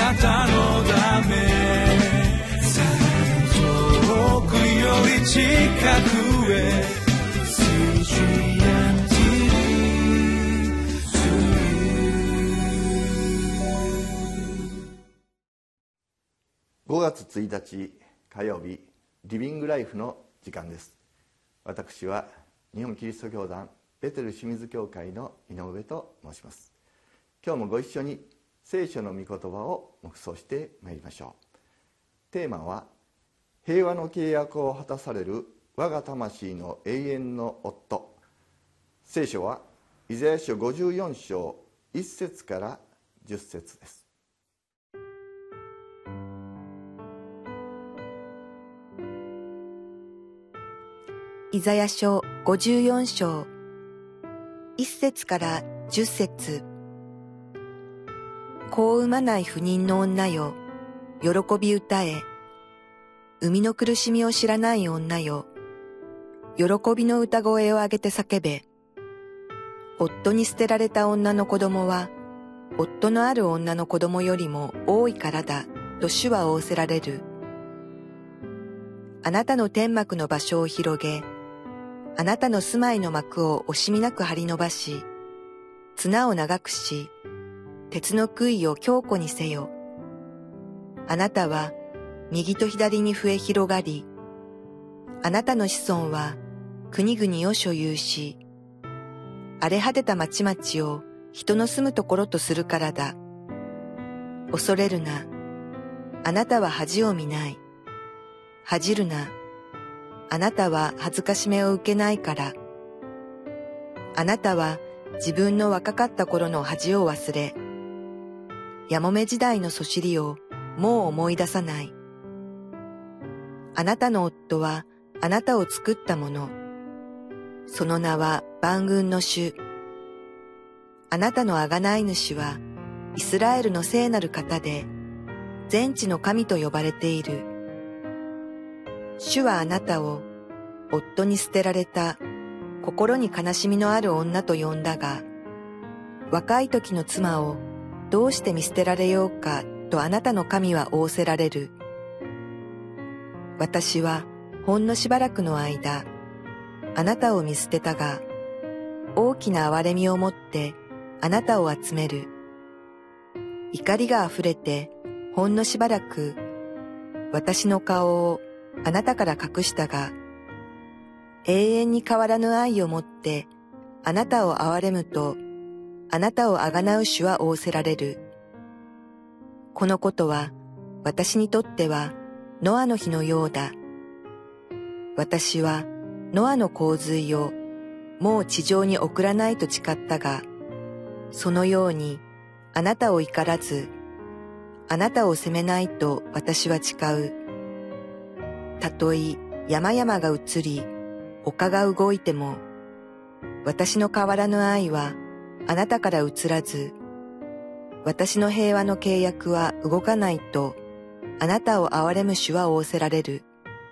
なたのため遠くより近くへ 5月1日火曜日リビングライフの時間です。私は日本キリスト教団ベテル清水教会の井上と申します。今日もご一緒に聖書の御言葉を黙想してまいりましょう。テーマは平和の契約を果たされる我が魂の永遠の夫。聖書はイザヤ書54章1節から10節です。 イザヤ書54章1節から10節。子を産まない不妊の女よ、喜び歌え。産みの苦しみを知らない女よ、喜びの歌声を上げて叫べ。夫に捨てられた女の子供は、夫のある女の子供よりも多いからだ、と主は仰せられる。あなたの天幕の場所を広げ、あなたの住まいの幕を惜しみなく張り伸ばし、綱を長くし、鉄の杭を強固にせよ。あなたは右と左に増え広がり、あなたの子孫は国々を所有し、荒れ果てた町々を人の住むところとするからだ。恐れるな。あなたは恥を見ない。恥じるな。あなたは恥ずかしめを受けないから。あなたは自分の若かった頃の恥を忘れ、やもめ時代のそしりをもう思い出さない。あなたの夫はあなたを作ったもの。その名は万軍の主。あなたの贖い主はイスラエルの聖なる方で、全地の神と呼ばれている。主はあなたを夫に捨てられた心に悲しみのある女と呼んだが、若い時の妻をどうして見捨てられようかとあなたの神は仰せられる。私はほんのしばらくの間、あなたを見捨てたが、大きな憐れみをもってあなたを集める。怒りがあふれてほんのしばらく私の顔をあなたから隠したが、永遠に変わらぬ愛をもってあなたを憐れむと、あなたをあがなう主は仰せられる。このことは私にとってはノアの日のようだ。私はノアの洪水をもう地上に送らないと誓ったが、そのようにあなたを怒らず、あなたを責めないと私は誓う。たとえ山々が移り、丘が動いても、私の変わらぬ愛はあなたから移らず、私の平和の契約は動かないと、あなたを憐れむ主は仰せられる。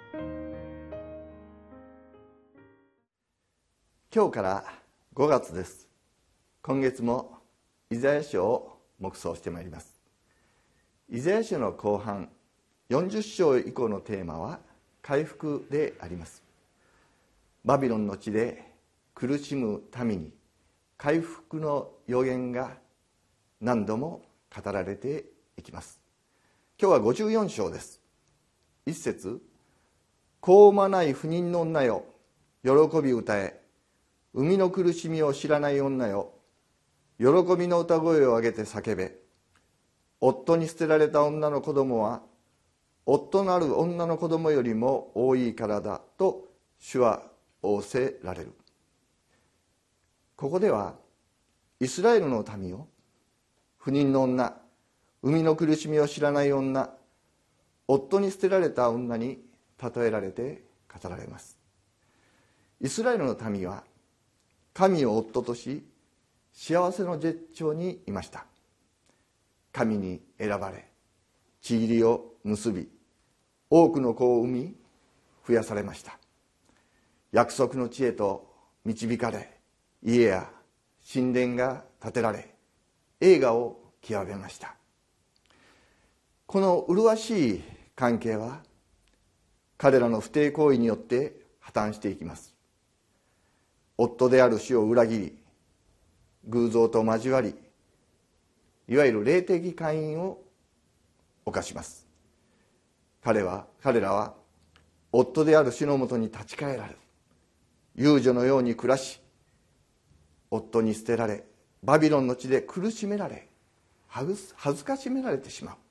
今日から5月です。今月もイザヤ書を黙想してまいります。イザヤ書の後半40章以降のテーマは回復であります。バビロンの地で苦しむ民に回復の予言が何度も語られていきます。今日は54章です。一節、子を産まない不妊の女よ、喜び歌え。産みの苦しみを知らない女よ、喜びの歌声を上げて叫べ。夫に捨てられた女の子供は夫なる女の子供よりも多いからだと主は仰せられる。ここではイスラエルの民を不妊の女、産みの苦しみを知らない女、夫に捨てられた女に例えられて語られます。イスラエルの民は神を夫とし幸せの絶頂にいました。神に選ばれ契りを結び、多くの子を産み増やされました。約束の地へと導かれ、家や神殿が建てられ、栄華を極めました。 この麗しい関係は彼らの不貞行為によって破綻していきます。夫である主を裏切り、偶像と交わり、いわゆる霊的姦淫を犯します。彼らは夫である主のもとに立ち返られ、遊女のように暮らし、夫に捨てられ、バビロンの地で苦しめられ、恥ずかしめられてしまう。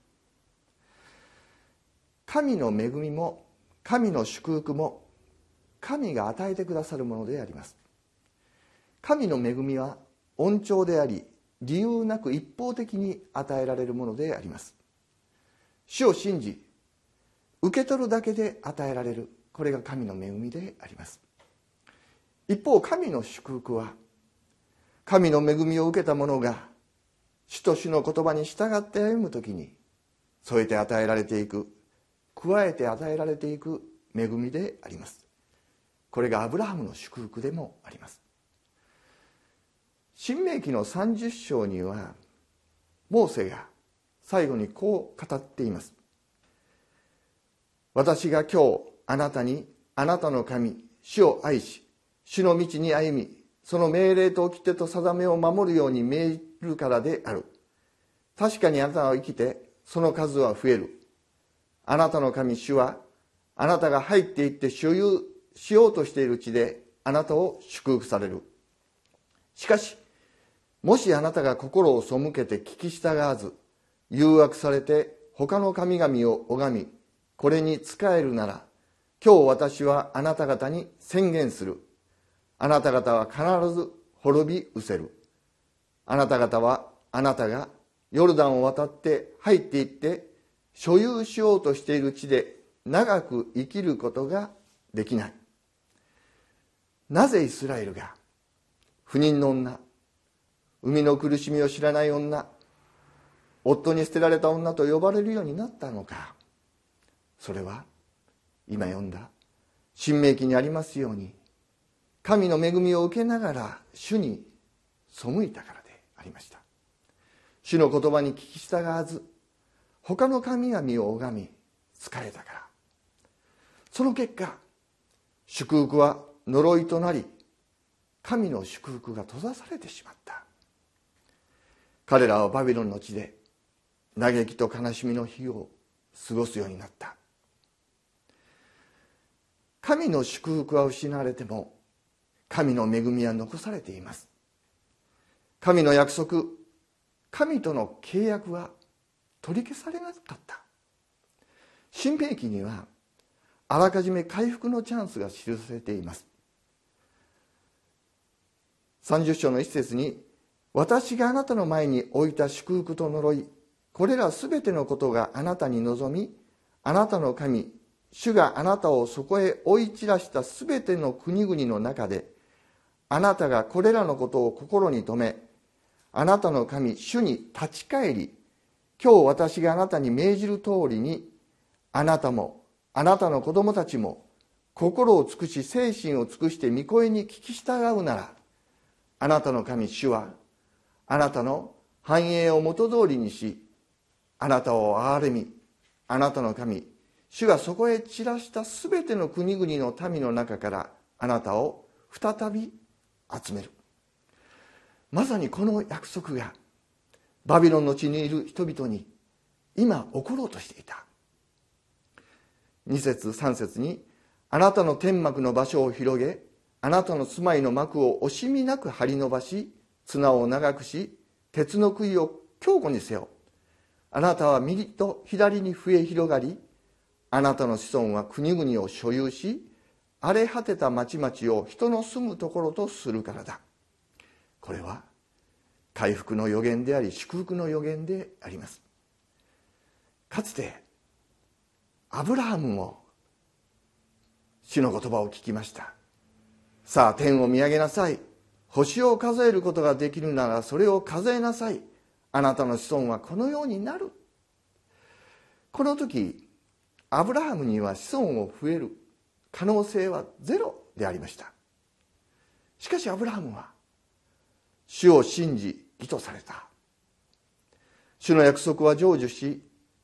神の恵みも神の祝福も神が与えてくださるものであります。神の恵みは恩寵であり、理由なく一方的に与えられるものであります。主を信じ受け取るだけで与えられる、これが神の恵みであります。一方、神の祝福は神の恵みを受けた者が主と主の言葉に従って歩むときに添えて与えられていく、加えて与えられていく恵みであります。これがアブラハムの祝福でもあります。申命記の30章にはモーセが最後にこう語っています。私が今日あなたにあなたの神主を愛し、主の道に歩み、その命令と掟と定めを守るように命じるからである。確かにあなたは生きてその数は増える。あなたの神主はあなたが入っていって所有しようとしている地であなたを祝福される。しかしもしあなたが心を背けて聞き従わず、誘惑されて他の神々を拝み、これに仕えるなら、今日私はあなた方に宣言する。あなた方は必ず滅び失せる。あなた方はあなたがヨルダンを渡って入っていって所有しようとしている地で長く生きることができない。なぜイスラエルが不妊の女、産みの苦しみを知らない女、夫に捨てられた女と呼ばれるようになったのか。それは今読んだ申命記にありますように、神の恵みを受けながら主に背いたからでありました。主の言葉に聞き従わず他の神々を拝み仕えたから。その結果、祝福は呪いとなり、神の祝福が閉ざされてしまった。彼らはバビロンの地で嘆きと悲しみの日を過ごすようになった。神の祝福は失われても神の恵みは残されています。神の約束、神との契約は取り消されなかった。申命記にはあらかじめ回復のチャンスが記されています。30章の一節に、私があなたの前に置いた祝福と呪い、これらすべてのことがあなたに望み、あなたの神主があなたをそこへ追い散らしたすべての国々の中で、あなたがこれらのことを心に留め、あなたの神主に立ち返り、今日私があなたに命じる通りに、あなたもあなたの子供たちも心を尽くし精神を尽くして御声に聞き従うなら、あなたの神主はあなたの繁栄を元通りにし、あなたを憐れみ、あなたの神主がそこへ散らしたすべての国々の民の中からあなたを再び集める。まさにこの約束がバビロンの地にいる人々に今起ころうとしていた。2節3節に、あなたの天幕の場所を広げ、あなたの住まいの幕を惜しみなく張り伸ばし、綱を長くし、鉄の杭を強固にせよ。あなたは右と左に増え広がり、あなたの子孫は国々を所有し、荒れ果てた町々を人の住むところとするからだ。これは回復の予言であり、祝福の予言であります。かつてアブラハムも主の言葉を聞きました。さあ天を見上げなさい。星を数えることができるならそれを数えなさい。あなたの子孫はこのようになる。この時アブラハムには子孫を増える可能性はゼロでありました。しかしアブラハムは主を信じ義とされた。主の約束は成就し、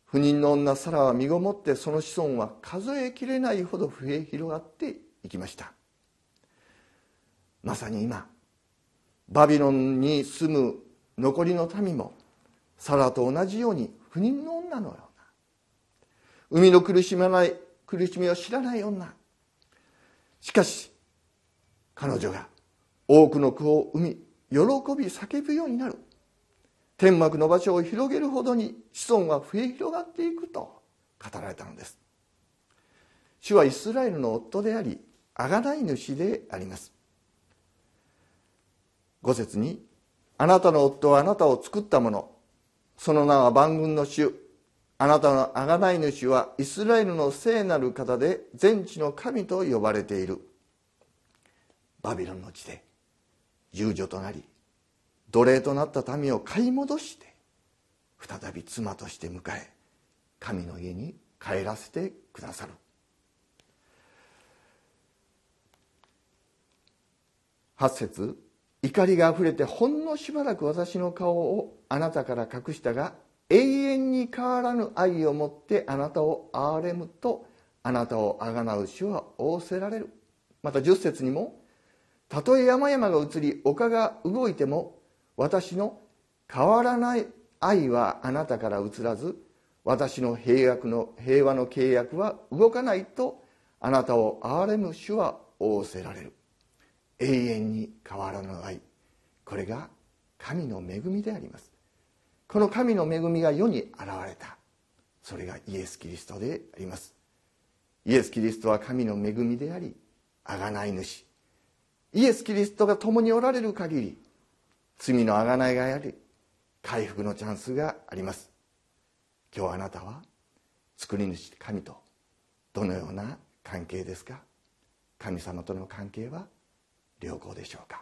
不妊の女サラは身ごもって、その子孫は数えきれないほど増え広がっていきました。まさに今バビロンに住む残りの民もサラと同じように不妊の女のような、生みの苦しみを知らない女。しかし彼女が多くの子を産み、喜び叫ぶようになる。天幕の場所を広げるほどに子孫は増え広がっていくと語られたのです。主はイスラエルの夫であり、贖い主であります。5節に、あなたの夫はあなたを作ったもの、その名は万軍の主、あなたの贖い主はイスラエルの聖なる方で全地の神と呼ばれている。バビロンの地で遊女となり奴隷となった民を買い戻して、再び妻として迎え、神の家に帰らせてくださる。8節、怒りがあふれてほんのしばらく私の顔をあなたから隠したが、永遠に変わらぬ愛をもってあなたを憐れむと、あなたをあがなう主は仰せられる。また10節にも、たとえ山々が移り丘が動いても、私の変わらない愛はあなたから移らず、私の平和の契約は動かないと、あなたを憐れむ主は仰せられる。永遠に変わらぬ愛、これが神の恵みであります。この神の恵みが世に現れた、それがイエス・キリストであります。イエス・キリストは神の恵みであり、贖い主。イエス・キリストが共におられる限り、罪の贖いがあり、回復のチャンスがあります。今日あなたは作り主神とどのような関係ですか？神様との関係は良好でしょうか？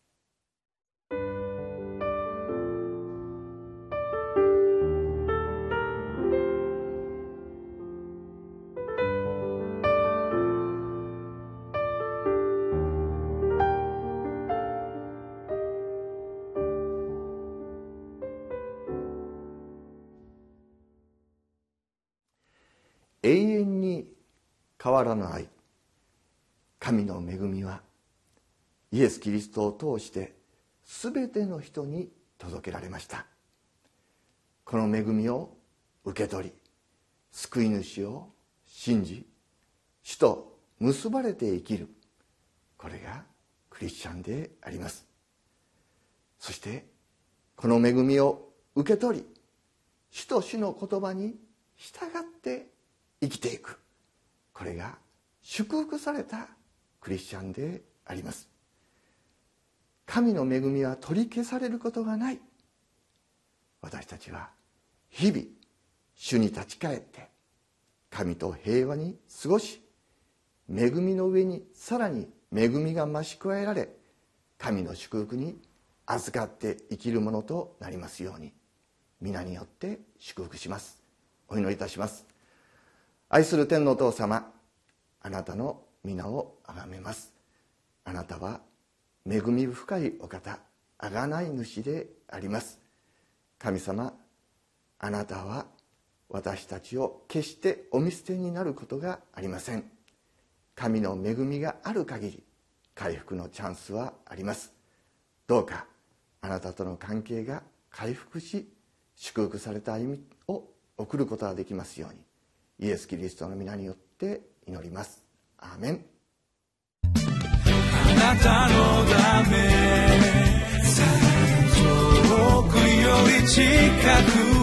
永遠に変わらぬ愛、神の恵みはイエス・キリストを通して全ての人に届けられました。この恵みを受け取り、救い主を信じ、主と結ばれて生きる、これがクリスチャンであります。そしてこの恵みを受け取り、主と主の言葉に従って生きていく、これが祝福されたクリスチャンであります。神の恵みは取り消されることがない。私たちは日々主に立ち返って神と平和に過ごし、恵みの上にさらに恵みが増し加えられ、神の祝福に預かって生きるものとなりますように、皆によって祝福します。お祈りいたします。愛する天のお父様、あなたの皆をあがめます。あなたは恵み深いお方、贖い主であります。神様、あなたは私たちを決してお見捨てになることがありません。神の恵みがある限り回復のチャンスはあります。どうかあなたとの関係が回復し、祝福された歩みを送ることができますように、イエス・キリストの皆によって祈ります。アーメン。 あなたのため遠くより近く